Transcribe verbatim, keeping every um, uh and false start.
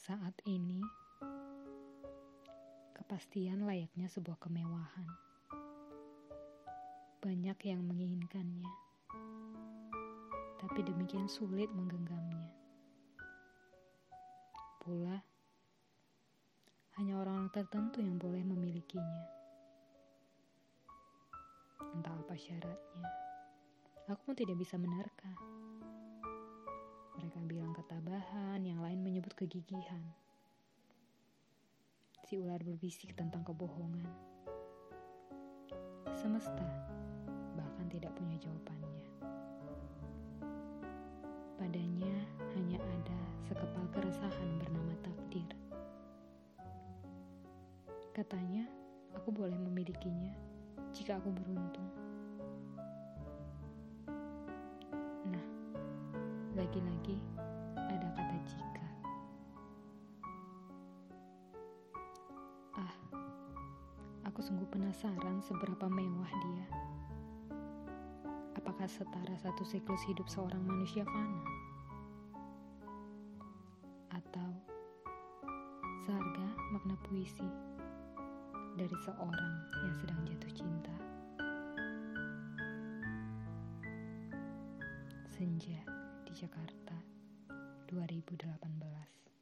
Saat ini, kepastian layaknya sebuah kemewahan. Banyak yang menginginkannya, tapi demikian sulit menggenggamnya. Pula, hanya orang-orang tertentu yang boleh memilikinya. Entah apa syaratnya, aku pun tidak bisa menerka. Mereka bilang ketabahan, yang lain menyebut kegigihan. Si ular berbisik tentang kebohongan. Semesta bahkan tidak punya jawabannya. Padanya hanya ada sekepal keresahan bernama takdir. Katanya, aku boleh memilikinya jika aku beruntung. Nah, lagi-lagi ada kata jika. Ah, aku sungguh penasaran seberapa mewah dia. Apakah setara satu siklus hidup seorang manusia fana? Atau seharga makna puisi dari seorang yang sedang jatuh cinta? Senja di Jakarta dua ribu delapan belas.